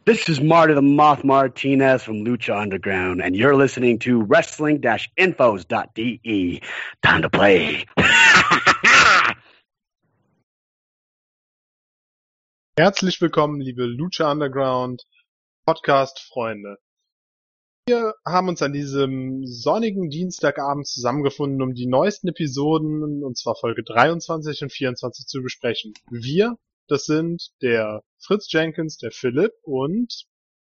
This is Marty the Moth Martinez from Lucha Underground, and you're listening to wrestling-infos.de. Time to play. Herzlich willkommen, liebe Lucha Underground Podcast-Freunde. Wir haben uns an diesem sonnigen Dienstagabend zusammengefunden, um die neuesten Episoden, und zwar Folge 23 und 24, zu besprechen. Wir, das sind der Fritz Jenkins, der Philipp und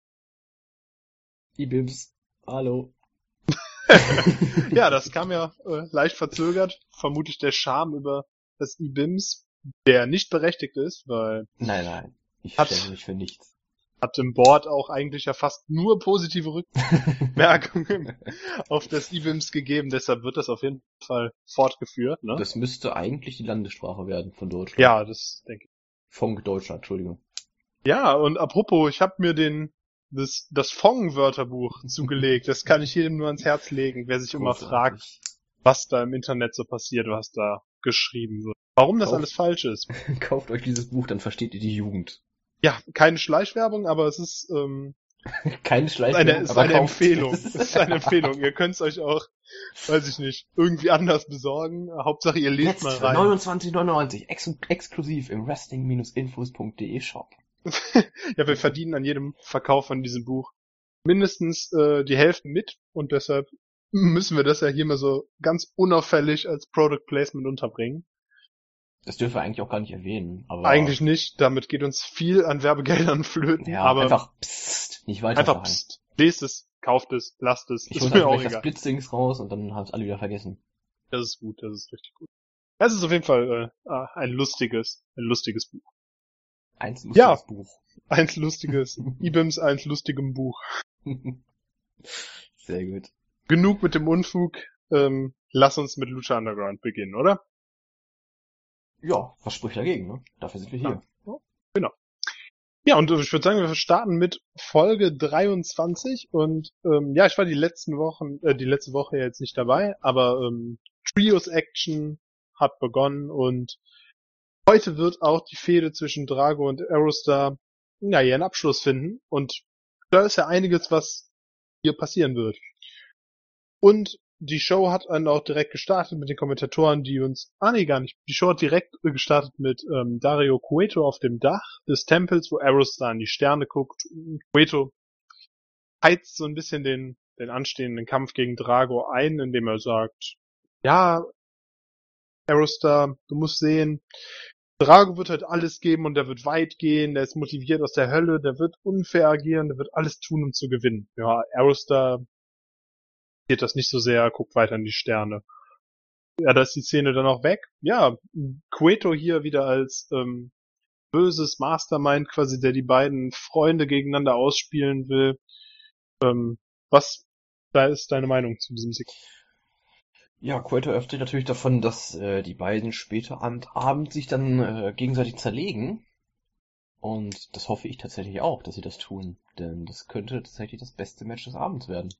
Ibims. Hallo. ja, das kam ja leicht verzögert. Vermutlich der Charme über das Ibims, der nicht berechtigt ist, weil Nein, ich stelle mich für nichts. Hat im Board auch eigentlich ja fast nur positive Rückmerkungen auf das Ibims gegeben, deshalb wird das auf jeden Fall fortgeführt, ne? Das müsste eigentlich die Landessprache werden von Deutschland. Ja, das denke ich. Von Deutschland, Entschuldigung. Ja, und apropos, ich habe mir das Fong-Wörterbuch zugelegt. Das kann ich jedem nur ans Herz legen, wer sich immer fragt, was da im Internet so passiert, was da geschrieben wird. Warum das alles falsch ist. Kauft euch dieses Buch, dann versteht ihr die Jugend. Ja, keine Schleichwerbung, aber es ist keine Schleichwerbung, ist eine Empfehlung. Es ist eine Empfehlung. Ihr könnt es euch auch, weiß ich nicht, irgendwie anders besorgen. Hauptsache ihr lest jetzt mal rein. 29,99 exklusiv im wrestling-infos.de Shop. Ja, wir verdienen an jedem Verkauf von diesem Buch mindestens die Hälfte mit und deshalb müssen wir das ja hier mal so ganz unauffällig als Product Placement unterbringen. Das dürfen wir eigentlich auch gar nicht erwähnen. Aber eigentlich nicht, damit geht uns viel an Werbegeldern flöten. Ja, aber einfach psst, nicht weiter. Einfach psst, lest es, kauft es, lasst es. Ich hole mir auch das Blitzdings raus und dann haben es alle wieder vergessen. Das ist gut, das ist richtig gut. Das ist auf jeden Fall ein lustiges Buch. Eins lustiges Buch. Eins lustiges. Ibims, eins lustigem Buch. Sehr gut. Genug mit dem Unfug. Lass uns mit Lucha Underground beginnen, oder? Ja, was spricht dagegen, ne? Dafür sind wir hier. Ja, genau. Ja, und ich würde sagen, wir starten mit Folge 23 und ja, ich war die letzte Woche jetzt nicht dabei, aber Trios Action hat begonnen und heute wird auch die Fehde zwischen Drago und Aerostar ihren Abschluss finden und da ist ja einiges, was hier passieren wird. Und die Show hat dann auch direkt gestartet mit den Kommentatoren, die uns... gar nicht. Die Show hat direkt gestartet mit Dario Cueto auf dem Dach des Tempels, wo Aerostar in die Sterne guckt. Cueto heizt so ein bisschen den anstehenden Kampf gegen Drago ein, indem er sagt, ja, Aerostar, du musst sehen, Drago wird halt alles geben und der wird weit gehen, der ist motiviert aus der Hölle, der wird unfair agieren, der wird alles tun, um zu gewinnen. Ja, Aerostar geht das nicht so sehr, guckt weiter in die Sterne. Ja, da ist die Szene dann auch weg. Ja, Cueto hier wieder als böses Mastermind quasi, der die beiden Freunde gegeneinander ausspielen will. Was da ist deine Meinung zu diesem Segment? Ja, Cueto öffnet natürlich davon, dass die beiden später am Abend sich dann gegenseitig zerlegen. Und das hoffe ich tatsächlich auch, dass sie das tun. Denn das könnte tatsächlich das beste Match des Abends werden.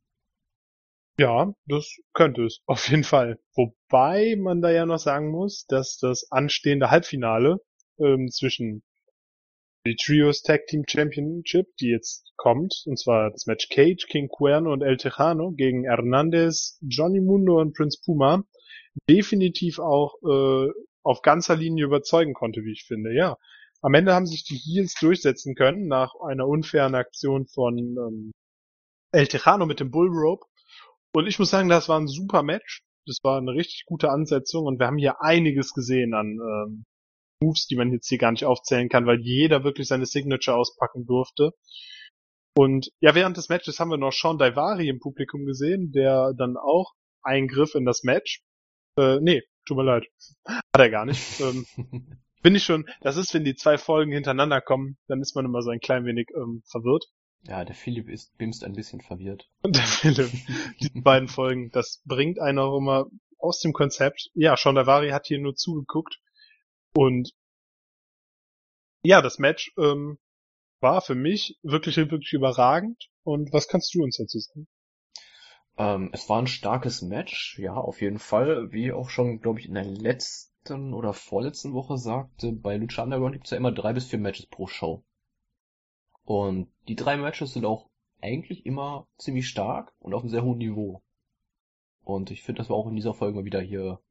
Ja, das könnte es, auf jeden Fall. Wobei man da ja noch sagen muss, dass das anstehende Halbfinale zwischen die Trios Tag Team Championship, die jetzt kommt, und zwar das Match Cage, King Cuerno und El Tejano gegen Hernandez, Johnny Mundo und Prince Puma, definitiv auch auf ganzer Linie überzeugen konnte, wie ich finde. Ja, am Ende haben sich die Heels durchsetzen können nach einer unfairen Aktion von El Tejano mit dem Bull Rope. Und ich muss sagen, das war ein super Match. Das war eine richtig gute Ansetzung und wir haben hier einiges gesehen an Moves, die man jetzt hier gar nicht aufzählen kann, weil jeder wirklich seine Signature auspacken durfte. Und ja, während des Matches haben wir noch Sean Daivari im Publikum gesehen, der dann auch eingriff in das Match. Nee, tut mir leid. Hat er gar nicht. Bin ich schon, das ist, wenn die 2 Folgen hintereinander kommen, dann ist man immer so ein klein wenig verwirrt. Ja, der Philipp bimst ein bisschen verwirrt. Und der Philipp, die beiden Folgen, das bringt einen auch immer aus dem Konzept. Ja, Sean Daivari hat hier nur zugeguckt. Und ja, das Match war für mich wirklich überragend. Und was kannst du uns dazu sagen? Es war ein starkes Match, ja, auf jeden Fall. Wie auch schon, glaube ich, in der letzten oder vorletzten Woche sagte, bei Lucha Underground gibt es ja immer 3 bis 4 Matches pro Show. Und die 3 Matches sind auch eigentlich immer ziemlich stark und auf einem sehr hohen Niveau. Und ich finde, das war auch in dieser Folge mal wieder hier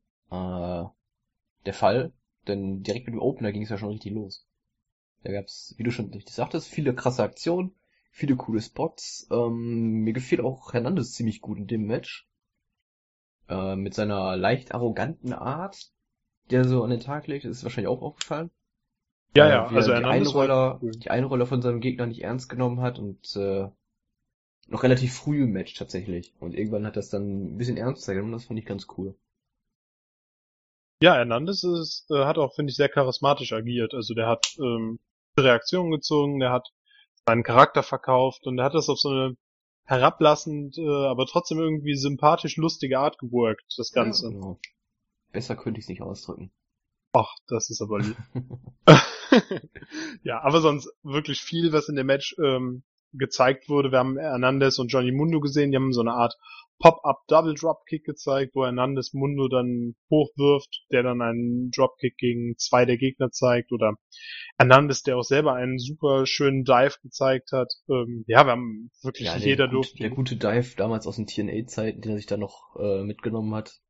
der Fall, denn direkt mit dem Opener ging es ja schon richtig los. Da gab's, wie du schon richtig sagtest, viele krasse Aktionen, viele coole Spots. Mir gefiel auch Hernandez ziemlich gut in dem Match. Mit seiner leicht arroganten Art, der so an den Tag legt, ist wahrscheinlich auch aufgefallen. Ja, Wie er also Hernandez war cool. die Einroller von seinem Gegner nicht ernst genommen hat und noch relativ früh im Match tatsächlich. Und irgendwann hat das dann ein bisschen ernster genommen, das fand ich ganz cool. Ja, Hernandez hat auch, finde ich, sehr charismatisch agiert. Also der hat Reaktionen gezogen, der hat seinen Charakter verkauft und der hat das auf so eine herablassend, aber trotzdem irgendwie sympathisch lustige Art geworkt, das Ganze. Ja, genau. Besser könnte ich es nicht ausdrücken. Ach, das ist aber lieb. Ja, aber sonst wirklich viel, was in dem Match gezeigt wurde. Wir haben Hernandez und Johnny Mundo gesehen, die haben so eine Art Pop-Up Double Dropkick gezeigt, wo Hernandez Mundo dann hochwirft, der dann einen Dropkick gegen 2 der Gegner zeigt, oder Hernandez, der auch selber einen super schönen Dive gezeigt hat. Ja, wir haben wirklich jeder durfte. Der gute Dive damals aus den TNA-Zeiten, den er sich da noch mitgenommen hat.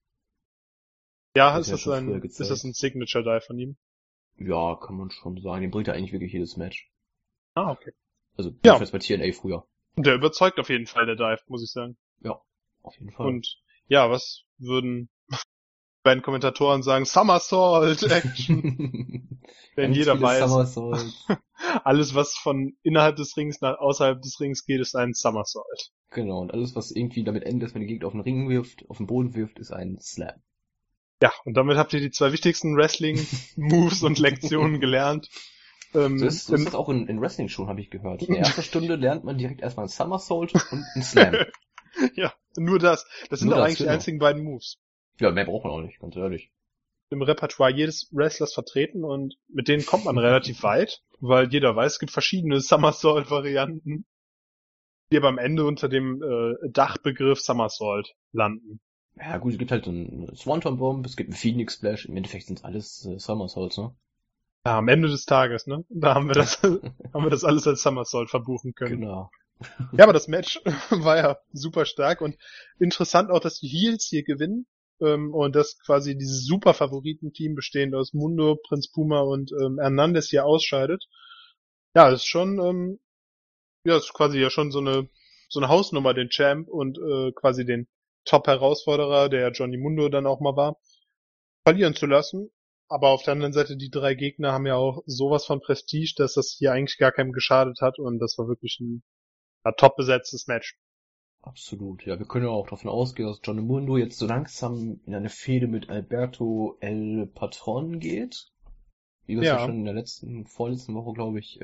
Ja, ist das ein Signature Dive von ihm? Ja, kann man schon sagen. Den bringt er eigentlich wirklich jedes Match. Ah, okay. Also, jedenfalls bei TNA früher. Und der überzeugt auf jeden Fall, der Dive, muss ich sagen. Ja, auf jeden Fall. Und ja, was würden beiden Kommentatoren sagen? Somersault Action. Denn jeder weiß, alles was von innerhalb des Rings nach außerhalb des Rings geht, ist ein Somersault. Genau, und alles was irgendwie damit endet, dass man den Gegner auf den Ring wirft, auf den Boden wirft, ist ein Slam. Ja, und damit habt ihr die 2 wichtigsten Wrestling-Moves und Lektionen gelernt. So ist das auch in Wrestling-Schulen, habe ich gehört. In der ersten Stunde lernt man direkt erstmal einen Somersault und einen Slam. Ja, nur das. Das sind doch eigentlich die einzigen beiden Moves. Ja, mehr braucht man auch nicht, ganz ehrlich. Im Repertoire jedes Wrestlers vertreten und mit denen kommt man relativ weit, weil jeder weiß, es gibt verschiedene Somersault-Varianten, die aber am Ende unter dem Dachbegriff Somersault landen. Ja gut, es gibt halt so einen Swanton Bomb, es gibt einen Phoenix Splash, im Endeffekt sind alles Somersaults, ne? Ja, am Ende des Tages, ne? Da haben wir das alles als Somersault verbuchen können. Genau. Ja, aber das Match war ja super stark und interessant auch, dass die Heels hier gewinnen und dass quasi dieses super Favoritenteam bestehend aus Mundo, Prinz Puma und Hernandez hier ausscheidet. Ja, ist schon ist quasi ja schon so eine Hausnummer, den Champ und quasi den Top-Herausforderer, der Johnny Mundo dann auch mal war, verlieren zu lassen. Aber auf der anderen Seite, die 3 Gegner haben ja auch sowas von Prestige, dass das hier eigentlich gar keinem geschadet hat und das war wirklich ein top besetztes Match. Absolut, ja. Wir können ja auch davon ausgehen, dass Johnny Mundo jetzt so langsam in eine Fehde mit Alberto El Patron geht. Wie wir es ja schon in der vorletzten Woche, glaube ich,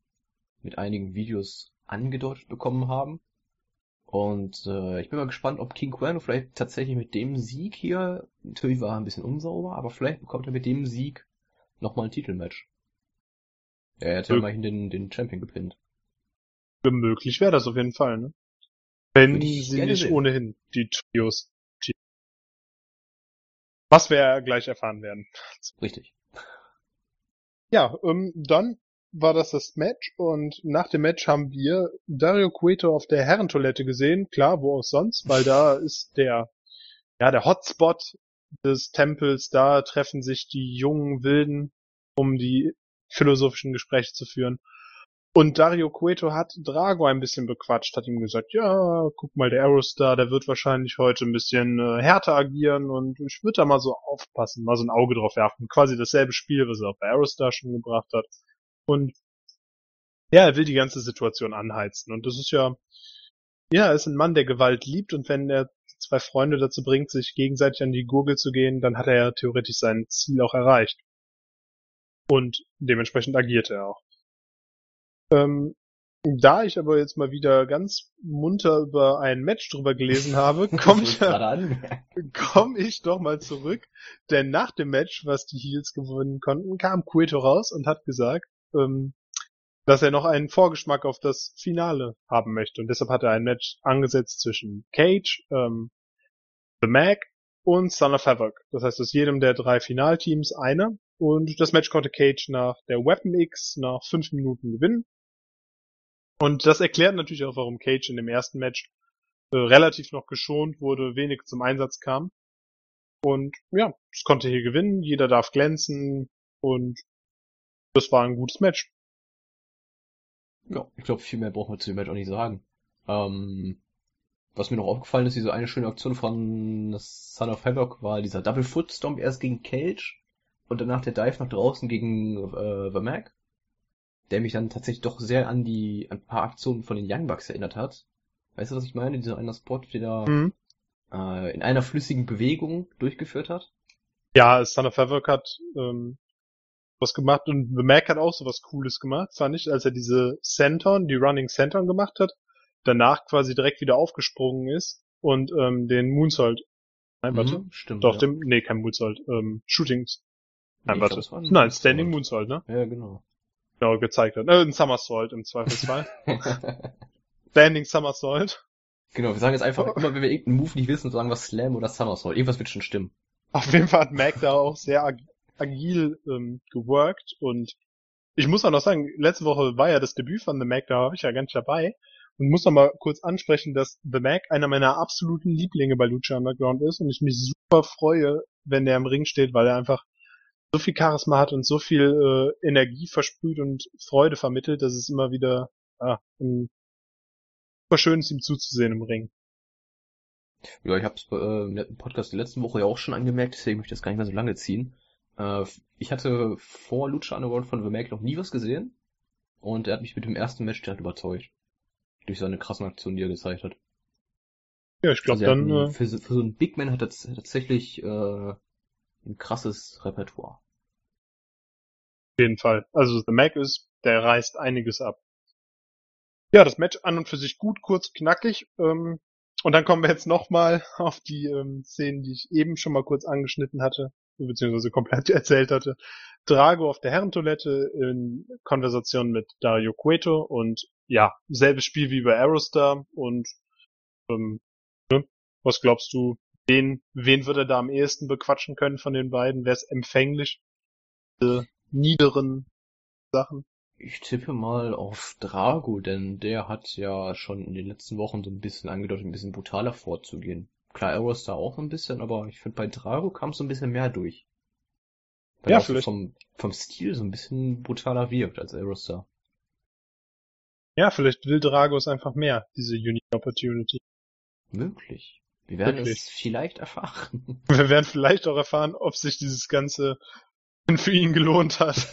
mit einigen Videos angedeutet bekommen haben. Und ich bin mal gespannt, ob King Cuerno vielleicht tatsächlich mit dem Sieg hier, natürlich war er ein bisschen unsauber, aber vielleicht bekommt er mit dem Sieg nochmal ein Titelmatch. Er hat ja immerhin den Champion gepinnt. Möglich wäre das auf jeden Fall, ne? Wenn sie nicht ohnehin die Trios. Was wir ja gleich erfahren werden. Richtig. Ja, dann war das Match und nach dem Match haben wir Dario Cueto auf der Herrentoilette gesehen. Klar, wo auch sonst, weil da ist der Hotspot des Tempels, da treffen sich die jungen Wilden, um die philosophischen Gespräche zu führen. Und Dario Cueto hat Drago ein bisschen bequatscht, hat ihm gesagt, ja, guck mal, der Aerostar, der wird wahrscheinlich heute ein bisschen härter agieren und ich würde da mal so aufpassen, mal so ein Auge drauf werfen. Quasi dasselbe Spiel, was er auch bei Aerostar schon gebracht hat. Und ja, er will die ganze Situation anheizen. Und das ist er ist ein Mann, der Gewalt liebt und wenn er 2 Freunde dazu bringt, sich gegenseitig an die Gurgel zu gehen, dann hat er ja theoretisch sein Ziel auch erreicht. Und dementsprechend agiert er auch. Da ich aber jetzt mal wieder ganz munter über ein Match drüber gelesen habe, komm ich doch mal zurück. Denn nach dem Match, was die Heels gewinnen konnten, kam Cueto raus und hat gesagt, dass er noch einen Vorgeschmack auf das Finale haben möchte. Und deshalb hat er ein Match angesetzt zwischen Cage, The Mag und Son of Havoc. Das heißt, aus jedem der 3 Finalteams einer. Und das Match konnte Cage nach der Weapon X nach 5 Minuten gewinnen. Und das erklärt natürlich auch, warum Cage in dem ersten Match relativ noch geschont wurde, wenig zum Einsatz kam. Und ja, es konnte hier gewinnen, jeder darf glänzen und das war ein gutes Match. Ja, ich glaube, viel mehr brauchen wir zu dem Match auch nicht sagen. Was mir noch aufgefallen ist, diese eine schöne Aktion von Son of Havoc war dieser Double Foot Stomp erst gegen Cage und danach der Dive nach draußen gegen The Mac, der mich dann tatsächlich doch sehr an ein paar Aktionen von den Young Bucks erinnert hat. Weißt du, was ich meine? Dieser eine Spot, der da in einer flüssigen Bewegung durchgeführt hat. Ja, Son of Havoc hat was gemacht und The Mac hat auch so was Cooles gemacht, fand ich, als er diese Senton, die Running Senton gemacht hat, danach quasi direkt wieder aufgesprungen ist und den Moonsault. Nein, warte. Stimmt. Doch, ja. kein Moonsault. Shootings. Nein, Nee, warte. glaub, Nein, Standing Moonsault, ne? Ja, genau. Genau, gezeigt hat. Ein Somersault im Zweifelsfall. Standing Somersault. Genau, wir sagen jetzt einfach immer, wenn wir irgendeinen Move nicht wissen, sagen wir Slam oder Somersault. Irgendwas wird schon stimmen. Auf jeden Fall hat Mac da auch sehr agil geworkt und ich muss auch noch sagen, letzte Woche war ja das Debüt von The Mac, da war ich ja gar nicht dabei und muss noch mal kurz ansprechen, dass The Mac einer meiner absoluten Lieblinge bei Lucha Underground ist und ich mich super freue, wenn der im Ring steht, weil er einfach so viel Charisma hat und so viel Energie versprüht und Freude vermittelt, dass es immer wieder super schön ist, ihm zuzusehen im Ring. Ja, ich hab's im Podcast der letzten Woche ja auch schon angemerkt, deswegen möchte ich das gar nicht mehr so lange ziehen. Ich hatte vor Lucha Underground von The Mac noch nie was gesehen und er hat mich mit dem ersten Match direkt überzeugt. Durch seine krassen Aktionen, die er gezeigt hat. Ja, ich glaube also für so einen Big Man hat er tatsächlich ein krasses Repertoire. Auf jeden Fall. Also The Mac der reißt einiges ab. Ja, das Match an und für sich gut, kurz, knackig. Und dann kommen wir jetzt nochmal auf die Szenen, die ich eben schon mal kurz angeschnitten hatte, beziehungsweise komplett erzählt hatte. Drago auf der Herrentoilette in Konversation mit Dario Cueto und ja, selbes Spiel wie bei Aerostar und was glaubst du, wen wird er da am ehesten bequatschen können von den beiden? Wer ist empfänglich? Diese niederen Sachen? Ich tippe mal auf Drago, denn der hat ja schon in den letzten Wochen so ein bisschen angedeutet, ein bisschen brutaler vorzugehen. Klar, Aerostar auch ein bisschen, aber ich finde, bei Drago kam es so ein bisschen mehr durch. Weil Ja, er auch vielleicht. So vom Stil so ein bisschen brutaler wirkt als Aerostar. Ja, vielleicht will Dragos einfach mehr, diese Unique Opportunity. Möglich. Wir werden Wirklich. es vielleicht erfahren. Wir werden vielleicht auch erfahren, ob sich dieses Ganze für ihn gelohnt hat.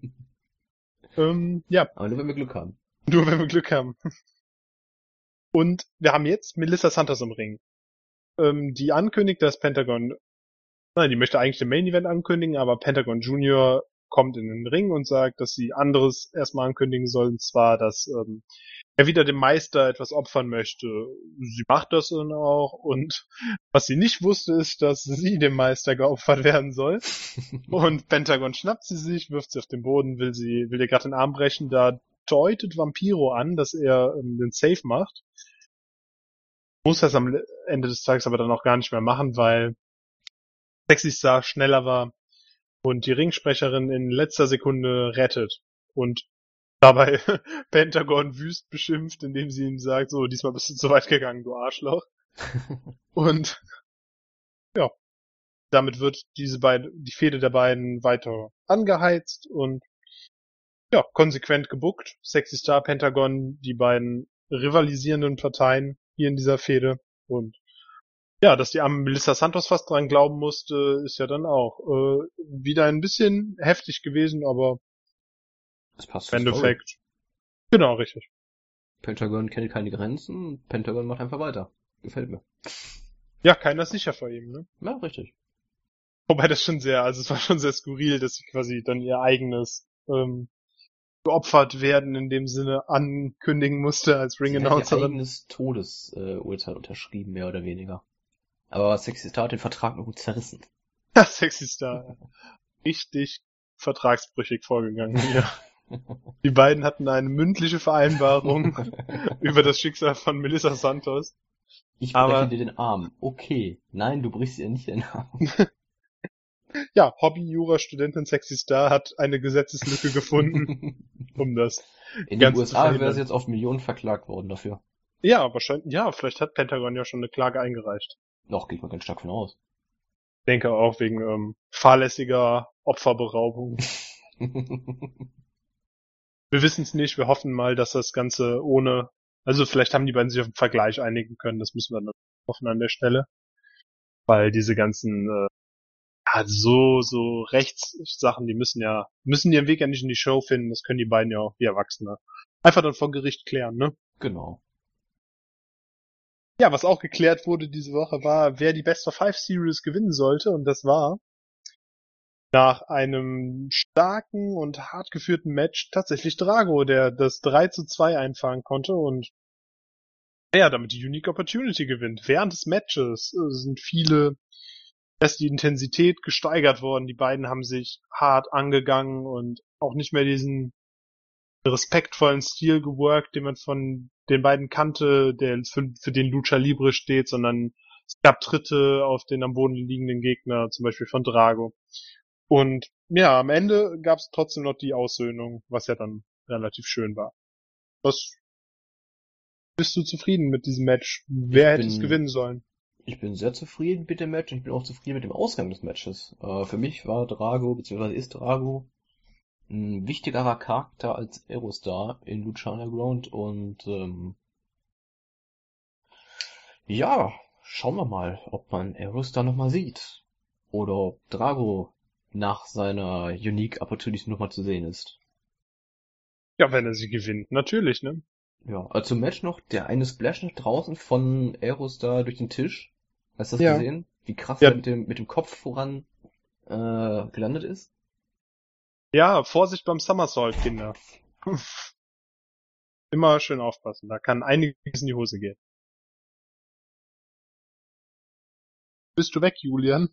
Ja. Aber nur wenn wir Glück haben. Nur wenn wir Glück haben. Und wir haben jetzt Melissa Santos im Ring. Die ankündigt, dass Pentagon, die möchte eigentlich den Main Event ankündigen, aber Pentagon Junior kommt in den Ring und sagt, dass sie anderes erstmal ankündigen sollen, und zwar, dass er wieder dem Meister etwas opfern möchte. Sie macht das dann auch und was sie nicht wusste, ist, dass sie dem Meister geopfert werden soll. Und Pentagon schnappt sie sich, wirft sie auf den Boden, will ihr gerade den Arm brechen, da deutet Vampiro an, dass er den Save macht. Muss das am Ende des Tages aber dann auch gar nicht mehr machen, weil Sexy Star schneller war und die Ringsprecherin in letzter Sekunde rettet und dabei Pentagon wüst beschimpft, indem sie ihm sagt, so, diesmal bist du zu weit gegangen, du Arschloch. Und ja, damit wird die Fehde der beiden weiter angeheizt und ja, konsequent gebuckt. Sexy Star, Pentagon, die beiden rivalisierenden Parteien hier in dieser Fehde. Und ja, dass die arme Melissa Santos fast dran glauben musste, ist ja dann auch wieder ein bisschen heftig gewesen, aber Das passt im Endeffekt. Genau, richtig. Pentagon kennt keine Grenzen, Pentagon macht einfach weiter. Gefällt mir. Ja, keiner ist sicher vor ihm, ne? Ja, richtig. Wobei das schon es war schon sehr skurril, dass sie quasi dann ihr eigenes geopfert werden in dem Sinne ankündigen musste als Ring-Announcerin. Sie hat ihr eigenes Todesurteil unterschrieben, mehr oder weniger. Aber Sexy Star hat den Vertrag noch gut zerrissen. Ja, Sexy Star. Richtig vertragsbrüchig vorgegangen hier. Die beiden hatten eine mündliche Vereinbarung über das Schicksal von Melissa Santos. Ich breche dir den Arm. Okay. Nein, du brichst ihr nicht den Arm. Ja, Hobby-Jura-Studentin Sexy Star hat eine Gesetzeslücke gefunden, um das In den Ganze zu USA wäre verhindern. sie jetzt auf Millionen verklagt worden dafür. Ja, wahrscheinlich, ja, vielleicht hat Pentagon ja schon eine Klage eingereicht. Noch geht man ganz stark von aus. Ich denke auch wegen fahrlässiger Opferberaubung. Wir wissen es nicht, wir hoffen mal, dass das Ganze also vielleicht haben die beiden sich auf einen Vergleich einigen können, das müssen wir dann hoffen an der Stelle. Weil diese ganzen so Rechtssachen, die müssen ihren Weg ja nicht in die Show finden, das können die beiden ja auch wie Erwachsene einfach dann vor Gericht klären, ne? Genau. Ja, was auch geklärt wurde diese Woche war, wer die Best of Five Series gewinnen sollte, und das war nach einem starken und hart geführten Match tatsächlich Drago, der das 3:2 einfahren konnte und damit die Unique Opportunity gewinnt. Während des Matches sind die Intensität gesteigert worden. Die beiden haben sich hart angegangen und auch nicht mehr diesen respektvollen Stil geworkt, den man von den beiden kannte, der für den Lucha Libre steht, sondern es gab Tritte auf den am Boden liegenden Gegner, zum Beispiel von Drago. Und ja, am Ende gab es trotzdem noch die Aussöhnung, was ja dann relativ schön war. Bist du zufrieden mit diesem Match? Wer hätte es gewinnen sollen? Ich bin sehr zufrieden mit dem Match und ich bin auch zufrieden mit dem Ausgang des Matches. Für mich war Drago, beziehungsweise ist Drago, ein wichtigerer Charakter als Aerostar in Lucha Underground und ja, schauen wir mal, ob man Aerostar nochmal sieht. Oder ob Drago nach seiner Unique Opportunity nochmal zu sehen ist. Ja, wenn er sie gewinnt, natürlich, ne? Ja, zum Match noch, der eine Splash nach draußen von Aerostar durch den Tisch. Hast du das Ja. gesehen? Wie krass Ja. er mit dem Kopf voran gelandet ist? Ja, Vorsicht beim Somersault, Kinder. Immer schön aufpassen, da kann einiges in die Hose gehen. Bist du weg, Julian?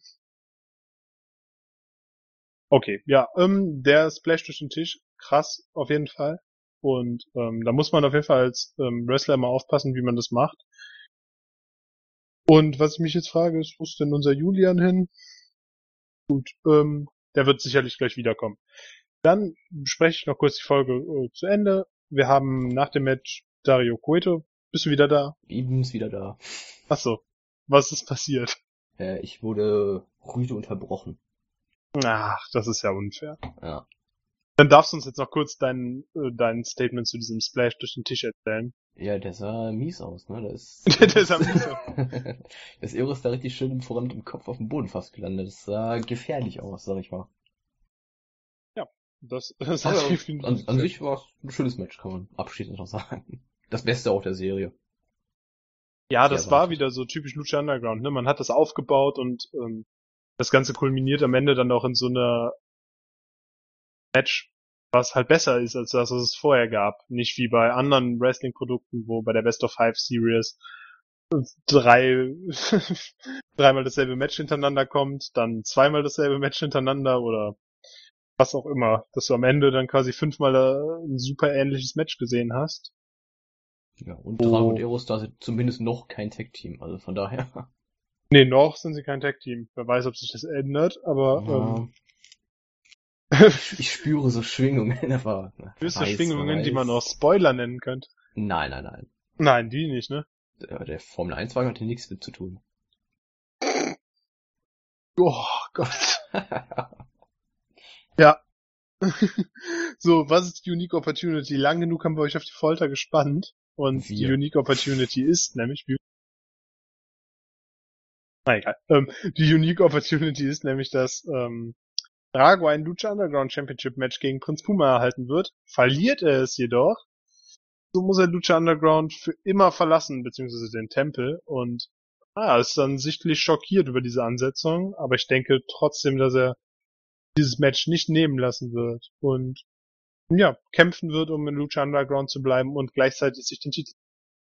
Okay, ja, der Splash durch den Tisch, krass, auf jeden Fall. Und da muss man auf jeden Fall als Wrestler mal aufpassen, wie man das macht. Und was ich mich jetzt frage, ist, wo ist denn unser Julian hin? Gut, der wird sicherlich gleich wiederkommen. Dann bespreche ich noch kurz die Folge zu Ende. Wir haben nach dem Match Dario Cueto. Bist du wieder da? Eben ist wieder da. Ach so, was ist passiert? Ich wurde rüde unterbrochen. Ach, das ist ja unfair. Ja. Dann darfst du uns jetzt noch kurz dein Statement zu diesem Splash durch den Tisch erzählen. Ja, der sah mies aus, ne? Der sah mies aus. Das Euro ist da richtig schön voran mit dem Kopf auf dem Boden fast gelandet. Das sah gefährlich aus, sag ich mal. Ja, das Also, definitiv. an sich war es ein schönes Match, kann man abschließend noch sagen. Das Beste auch der Serie. Ja, Sehr das war erwartet. wieder so typisch Lucha Underground, ne? Man hat das aufgebaut und das Ganze kulminiert am Ende dann auch in so einer Match, was halt besser ist als das, was es vorher gab. Nicht wie bei anderen Wrestling-Produkten, wo bei der Best of Five Series dreimal dasselbe Match hintereinander kommt, dann zweimal dasselbe Match hintereinander oder was auch immer, dass du am Ende dann quasi 5-mal ein super ähnliches Match gesehen hast. Ja, und Drago und Aerostar sind zumindest noch kein Tag-Team, also von daher. Nee, noch sind sie kein Tag-Team. Wer weiß, ob sich das ändert, aber Ich spüre so Schwingungen, aber gewisse Schwingungen, die man auch Spoiler nennen könnte. Nein. Nein, die nicht, ne? Der Formel 1 Wagen hat hier nichts mit zu tun. Oh Gott. Ja. So, was ist die Unique Opportunity? Lang genug haben wir euch auf die Folter gespannt. Und die Wir. Unique Opportunity ist nämlich, die Unique Opportunity ist nämlich, dass Drago ein Lucha Underground Championship Match gegen Prinz Puma erhalten wird. Verliert er es jedoch, so muss er Lucha Underground für immer verlassen, beziehungsweise den Tempel. Und ist dann sichtlich schockiert über diese Ansetzung, aber ich denke trotzdem, dass er dieses Match nicht nehmen lassen wird und ja, kämpfen wird, um in Lucha Underground zu bleiben und gleichzeitig sich den Titel.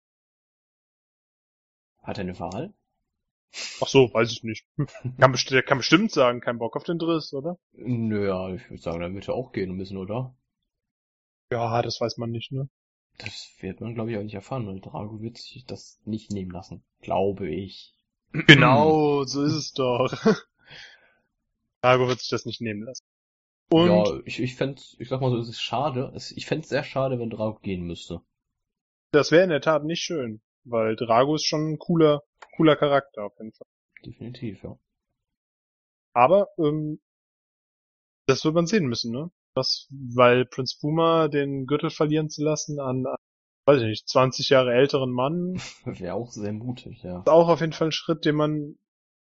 Hat er eine Wahl? Ach so, weiß ich nicht. Kann bestimmt sagen, kein Bock auf den Driss, oder? Naja, ich würde sagen, dann wird er auch gehen müssen, oder? Ja, das weiß man nicht, ne? Das wird man, glaube ich, auch nicht erfahren, weil Drago wird sich das nicht nehmen lassen. Glaube ich. Genau, so ist es doch. Drago wird sich das nicht nehmen lassen. Und Ja, ich sag mal so, es ist schade. Ich fänd's sehr schade, wenn Drago gehen müsste. das wäre in der Tat nicht schön, weil Drago ist schon ein cooler Charakter auf jeden Fall. Definitiv, ja. Aber das wird man sehen müssen, ne? Weil Prince Puma den Gürtel verlieren zu lassen an, weiß ich nicht, 20 Jahre älteren Mann, Wäre auch sehr mutig, ja. ist auch auf jeden Fall ein Schritt, den man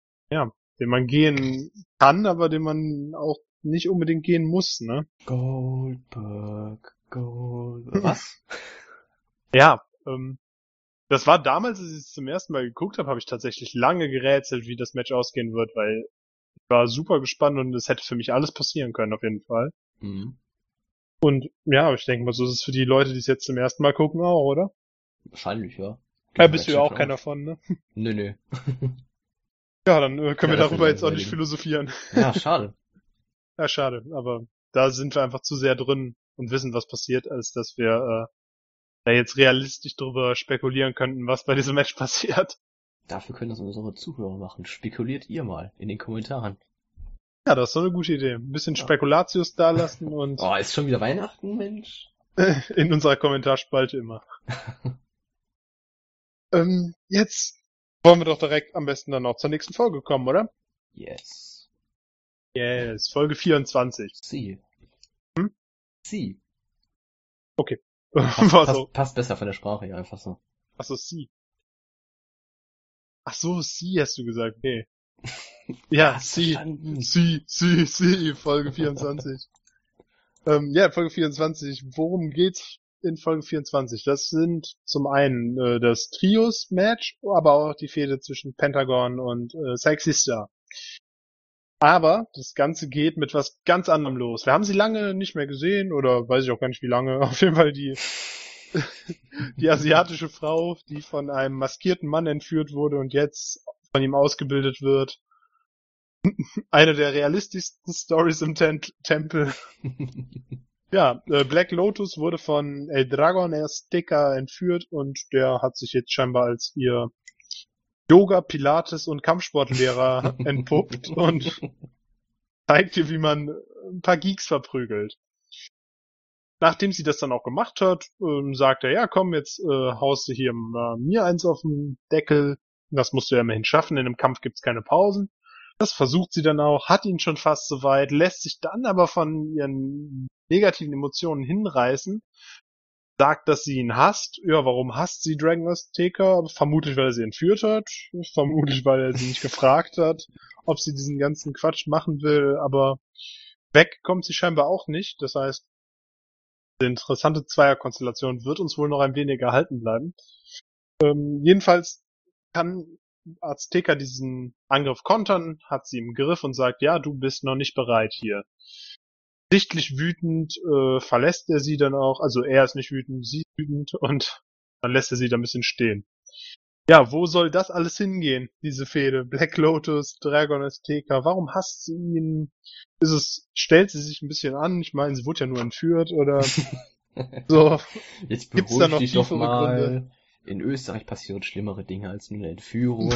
gehen kann, aber den man auch nicht unbedingt gehen muss, ne? Goldberg. Was? Ja, das war damals, als ich es zum ersten Mal geguckt habe ich tatsächlich lange gerätselt, wie das Match ausgehen wird, weil ich war super gespannt und es hätte für mich alles passieren können, auf jeden Fall. Mhm. Und ja, ich denke mal, so ist es für die Leute, die es jetzt zum ersten Mal gucken, auch, oder? Wahrscheinlich, ja. Ja, bist du ja auch keiner von, ne? Nö. Ja, dann können wir das darüber wird jetzt auch nicht langweilig. philosophieren. Ja, schade. Ja, schade, aber da sind wir einfach zu sehr drin und wissen, was passiert, als dass wir da jetzt realistisch drüber spekulieren könnten, was bei diesem Match passiert. Dafür können das unsere Zuhörer machen. Spekuliert ihr mal in den Kommentaren. Ja, das ist so eine gute Idee. Ein bisschen Ja. Spekulatius da lassen und Oh, ist schon wieder Weihnachten, Mensch? in unserer Kommentarspalte immer. Jetzt wollen wir doch direkt am besten dann auch zur nächsten Folge kommen, oder? Yes. Yes, Folge 24. Sie. Hm? Sie. War so. Passt besser von der Sprache her, einfach so. Achso, sie. Ach so, sie hast du gesagt, okay. Ja, Hast sie. verstanden. Sie, Folge 24. Ja, Folge 24. Worum geht's in Folge 24? Das sind zum einen das Trios-Match, aber auch die Fehde zwischen Pentagon und Sexy Star. Aber das Ganze geht mit was ganz anderem los. Wir haben sie lange nicht mehr gesehen, oder weiß ich auch gar nicht wie lange. Auf jeden Fall die asiatische Frau, die von einem maskierten Mann entführt wurde und jetzt von ihm ausgebildet wird. Eine der realistischsten Stories im Tempel. Ja, Black Lotus wurde von El Dragon Azteca entführt und der hat sich jetzt scheinbar als ihr Yoga, Pilates und Kampfsportlehrer entpuppt und zeigt ihr, wie man ein paar Geeks verprügelt. Nachdem sie das dann auch gemacht hat, sagt er, ja komm, jetzt haust du hier mir eins auf den Deckel. Das musst du ja immerhin schaffen, in einem Kampf gibt's keine Pausen. Das versucht sie dann auch, hat ihn schon fast soweit, lässt sich dann aber von ihren negativen Emotionen hinreißen, sagt, dass sie ihn hasst. Ja, warum hasst sie Dragon Azteca? Vermutlich, weil er sie entführt hat, vermutlich, weil er sie nicht gefragt hat, ob sie diesen ganzen Quatsch machen will, aber weg kommt sie scheinbar auch nicht. Das heißt, die interessante Zweierkonstellation wird uns wohl noch ein wenig erhalten bleiben. Jedenfalls kann Azteca diesen Angriff kontern, hat sie im Griff und sagt, ja, du bist noch nicht bereit hier. Sichtlich wütend verlässt er sie dann auch, also er ist nicht wütend, sie ist wütend und dann lässt er sie da ein bisschen stehen. Ja, wo soll das alles hingehen, diese Fehde? Black Lotus, Dragon Azteca, warum hasst sie ihn? Stellt sie sich ein bisschen an? Ich meine, sie wurde ja nur entführt oder so. Jetzt Gibt's da noch beruhig dich doch tiefere mal. Gründe? In Österreich passieren schlimmere Dinge als nur eine Entführung.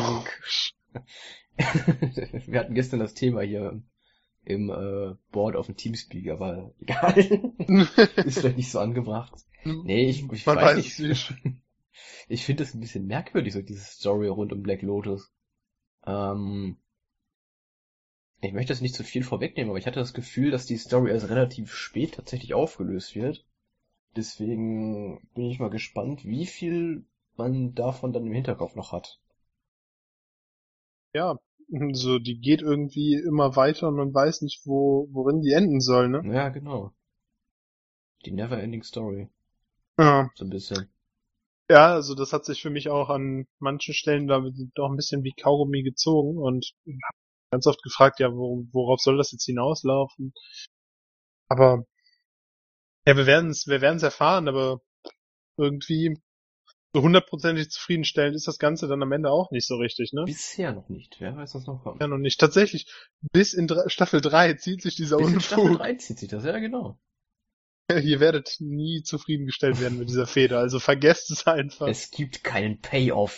Wir hatten gestern das Thema hier im Board auf dem Teamspeak, aber egal. Ist vielleicht nicht so angebracht. Nee, ich Man weiß weiß es nicht. Ich finde das ein bisschen merkwürdig, so diese Story rund um Black Lotus. Ich möchte jetzt nicht zu viel vorwegnehmen, aber ich hatte das Gefühl, dass die Story erst relativ spät tatsächlich aufgelöst wird. Deswegen bin ich mal gespannt, wie viel man davon dann im Hinterkopf noch hat. Ja, so die geht irgendwie immer weiter und man weiß nicht, worin die enden soll, ne? Ja, genau. Die Never-Ending Story. Ja. So ein bisschen. Ja, also das hat sich für mich auch an manchen Stellen da doch ein bisschen wie Kaugummi gezogen und hab ganz oft gefragt, ja, worauf soll das jetzt hinauslaufen? Aber ja, wir werden's erfahren, aber irgendwie so hundertprozentig zufriedenstellend ist das Ganze dann am Ende auch nicht so richtig, ne? Bisher noch nicht. Wer weiß, was noch kommt. Ja, noch nicht. Tatsächlich, bis in Staffel 3 zieht sich dieser Bis in Staffel Unfug. 3 zieht sich das, ja genau. Ihr werdet nie zufriedengestellt werden mit dieser Feder, also vergesst es einfach. Es gibt keinen Payoff.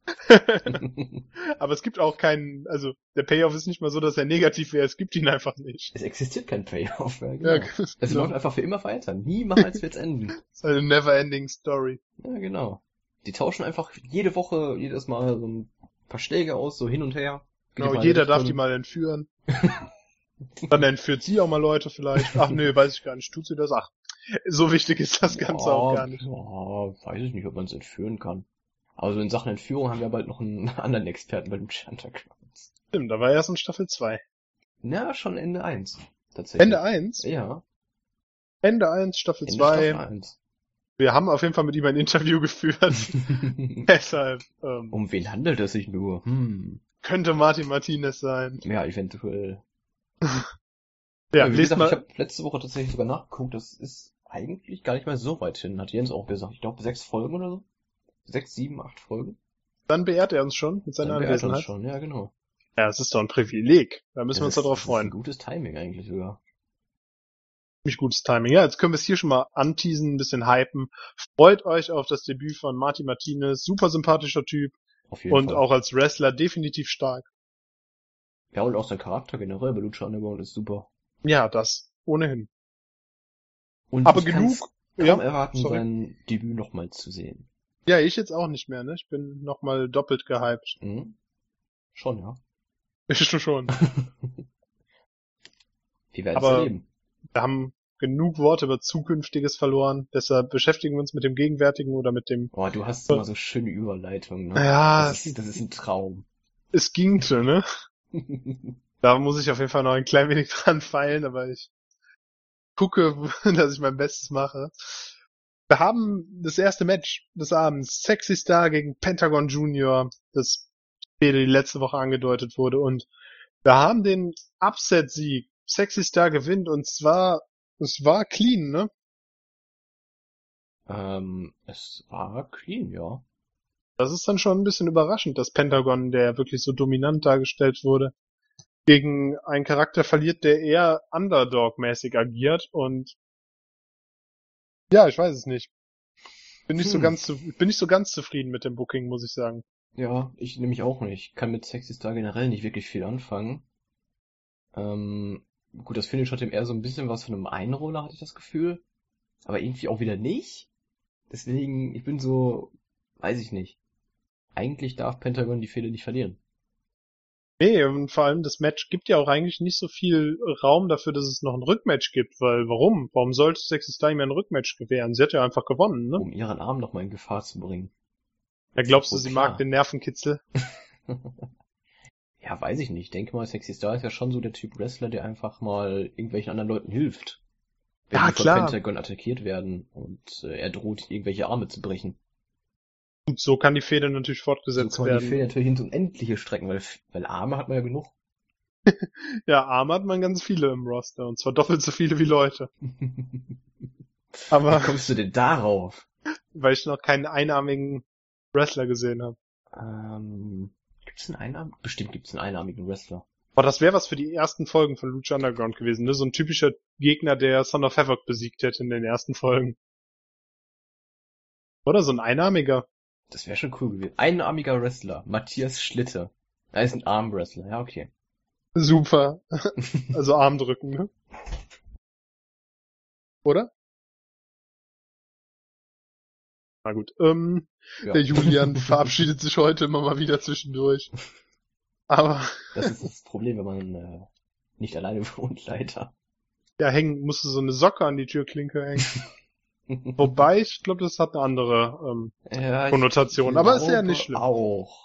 Aber es gibt auch keinen, also der Payoff ist nicht mal so, dass er negativ wäre, es gibt ihn einfach nicht. Es existiert kein Payoff mehr, Ja, genau. Es genau. läuft einfach für immer weiter. Niemals wird's enden. Das ist eine never-ending Story. Ja, genau. Die tauschen einfach jede Woche, jedes Mal so ein paar Schläge aus, so hin und her. Geht Genau, in jeder beide darf die Richtungen. mal entführen. Dann entführt sie auch mal Leute vielleicht. Ach nö, weiß ich gar nicht. Tut sie das? Ach, so wichtig ist das Ganze auch gar nicht. Ja, weiß ich nicht, ob man es entführen kann. Also in Sachen Entführung haben wir bald noch einen anderen Experten bei dem Undergrounds. Stimmt, da war erst in Staffel 2. Na, schon Ende 1. Tatsächlich. Ende 1? Ja, Ende 1, Staffel Ende 2. Staffel 1. Wir haben auf jeden Fall mit ihm ein Interview geführt. Deshalb Um wen handelt es sich nur? könnte Martin Martinez sein. Ja, eventuell. Ja, Wie lest gesagt, ich mal. habe letzte Woche tatsächlich sogar nachgeguckt, das ist eigentlich gar nicht mal so weit hin, hat Jens auch gesagt. Ich glaube 6 Folgen oder so. 6, 7, 8 Folgen. Dann beehrt er uns schon mit seiner Dann beehrt er uns Anwesenheit. schon, ja genau. Ja, es ist doch ein Privileg. Da müssen wir uns Das darauf ist ein freuen. gutes Timing eigentlich sogar. Ziemlich gutes Timing. Ja, jetzt können wir es hier schon mal anteasen, ein bisschen hypen. Freut euch auf das Debüt von Martin Martinez. Super sympathischer Typ Auf jeden und Fall. auch als Wrestler definitiv stark. Ja, und auch sein Charakter generell bei Lucha Underground ist super. Ja, das ohnehin. Und Aber ich kann's genug. kaum Ja, erwarten, sorry. sein Debüt nochmal zu sehen. Ja, ich jetzt auch nicht mehr, ne? Ich bin nochmal doppelt gehypt. Mhm. Schon, ja. Ich schon. Wir werden es Aber- erleben. Wir haben genug Worte über Zukünftiges verloren. Deshalb beschäftigen wir uns mit dem Gegenwärtigen oder mit dem... Boah, du hast immer so schöne Überleitungen, ne? Ja, Das ist ein Traum. es gingte, ne? Da muss ich auf jeden Fall noch ein klein wenig dran feilen, aber ich gucke, dass ich mein Bestes mache. Wir haben das erste Match des Abends. Sexy Star gegen Pentagon Junior. Das Fehde, die letzte Woche angedeutet wurde. Und wir haben den Upset-Sieg. Sexy Star gewinnt und zwar, es war clean, ne? Es war clean, ja. Das ist dann schon ein bisschen überraschend, dass Pentagon, der wirklich so dominant dargestellt wurde, gegen einen Charakter verliert, der eher Underdog-mäßig agiert und ja, ich weiß es nicht. Bin nicht so ganz zufrieden mit dem Booking, muss ich sagen. Ja, ich nämlich auch nicht. Kann mit Sexy Star generell nicht wirklich viel anfangen. Gut, das Finish hat ihm eher so ein bisschen was von einem Einroller, hatte ich das Gefühl. Aber irgendwie auch wieder nicht. Deswegen, ich bin so, weiß ich nicht. Eigentlich darf Pentagon die Fehde nicht verlieren. Nee, und vor allem das Match gibt ja auch eigentlich nicht so viel Raum dafür, dass es noch ein Rückmatch gibt, weil warum? Warum sollte Sexy Star ihm ein Rückmatch gewähren? Sie hat ja einfach gewonnen, ne? Um ihren Arm nochmal in Gefahr zu bringen. Ja, glaubst du, Oh, sie klar. mag den Nervenkitzel? Ja, weiß ich nicht. Ich denke mal, Sexy Star ist ja schon so der Typ Wrestler, der einfach mal irgendwelchen anderen Leuten hilft. Wenn Ja, die von klar. Pentagon attackiert werden und er droht, irgendwelche Arme zu brechen. Und so kann die Fehde natürlich So fortgesetzt kann man die werden. Fehde natürlich ins Unendliche strecken, weil Arme hat man ja genug. Ja, Arme hat man ganz viele im Roster, und zwar doppelt so viele wie Leute. Wie Aber kommst du denn darauf? weil ich noch keinen einarmigen Wrestler gesehen habe. Gibt's einen Einarmigen? Bestimmt gibt's einen einarmigen Wrestler. Aber das wäre was für die ersten Folgen von Lucha Underground gewesen, ne? So ein typischer Gegner, der Son of Havoc besiegt hätte in den ersten Folgen. Oder so ein Einarmiger. Das wäre schon cool gewesen. Einarmiger Wrestler. Matthias Schlitter. Er ist ein Armwrestler. Ja, okay. Super. Also Armdrücken, ne? Oder? Na gut. Ja. Der Julian verabschiedet sich heute immer mal wieder zwischendurch. Aber Das ist das Problem, wenn man nicht alleine wohnt, leider. ja, musste so eine Socke an die Türklinke hängen. Wobei, ich glaube, das hat eine andere Ja, ich Konnotation. Aber ist ja glaube nicht schlimm. Auch.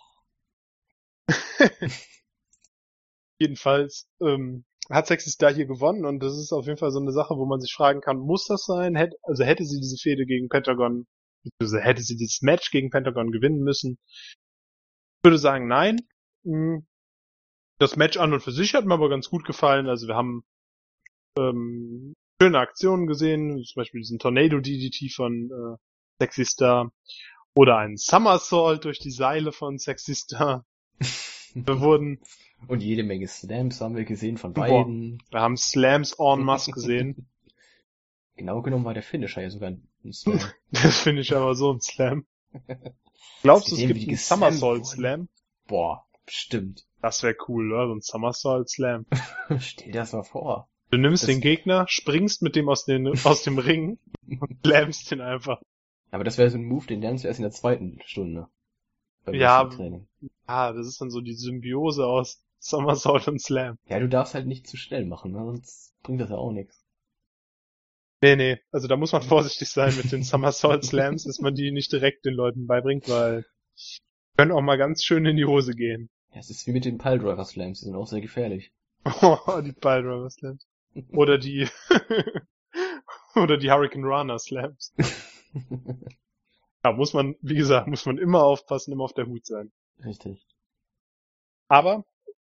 Jedenfalls hat Sexy Star hier gewonnen und das ist auf jeden Fall so eine Sache, wo man sich fragen kann, muss das sein? Hätte sie diese Fehde gegen Pentagon, beziehungsweise hätte sie dieses Match gegen Pentagon gewinnen müssen? Ich würde sagen, nein. Das Match an und für sich hat mir aber ganz gut gefallen. Also wir haben schöne Aktionen gesehen, zum Beispiel diesen Tornado DDT von Sexy Star oder einen Somersault durch die Seile von Sexy Star. Wir Und jede Menge Slams haben wir gesehen von Boah. beiden. wir haben Slams en masse gesehen. Genau genommen war der Finisher ja sogar ein Slam. Das finde ich aber so ein Slam. Glaubst du, Mit es dem, gibt wie die einen geslammt Somersault wurden. Slam? Boah, bestimmt. Das wäre cool, oder? So ein Somersault Slam. Stell dir das mal vor. Du nimmst Das- den Gegner, springst mit dem aus dem Ring und slammst ihn einfach. Aber das wäre so ein Move, den lernst du erst in der zweiten Stunde. Beim Ja. Wrestling-Training. Das ist dann so die Symbiose aus Somersault und Slam. Ja, du darfst halt nicht zu schnell machen, ne? Sonst bringt das ja auch nichts. Nee, also da muss man vorsichtig sein mit den Somersault Slams, dass man die nicht direkt den Leuten beibringt, weil können auch mal ganz schön in die Hose gehen. Ja, es ist wie mit den Piledriver Slams, die sind auch sehr gefährlich. Die Piledriver Slams. Oder die oder die Hurricane Runner Slams. Ja, wie gesagt, muss man immer aufpassen, immer auf der Hut sein. Richtig. Aber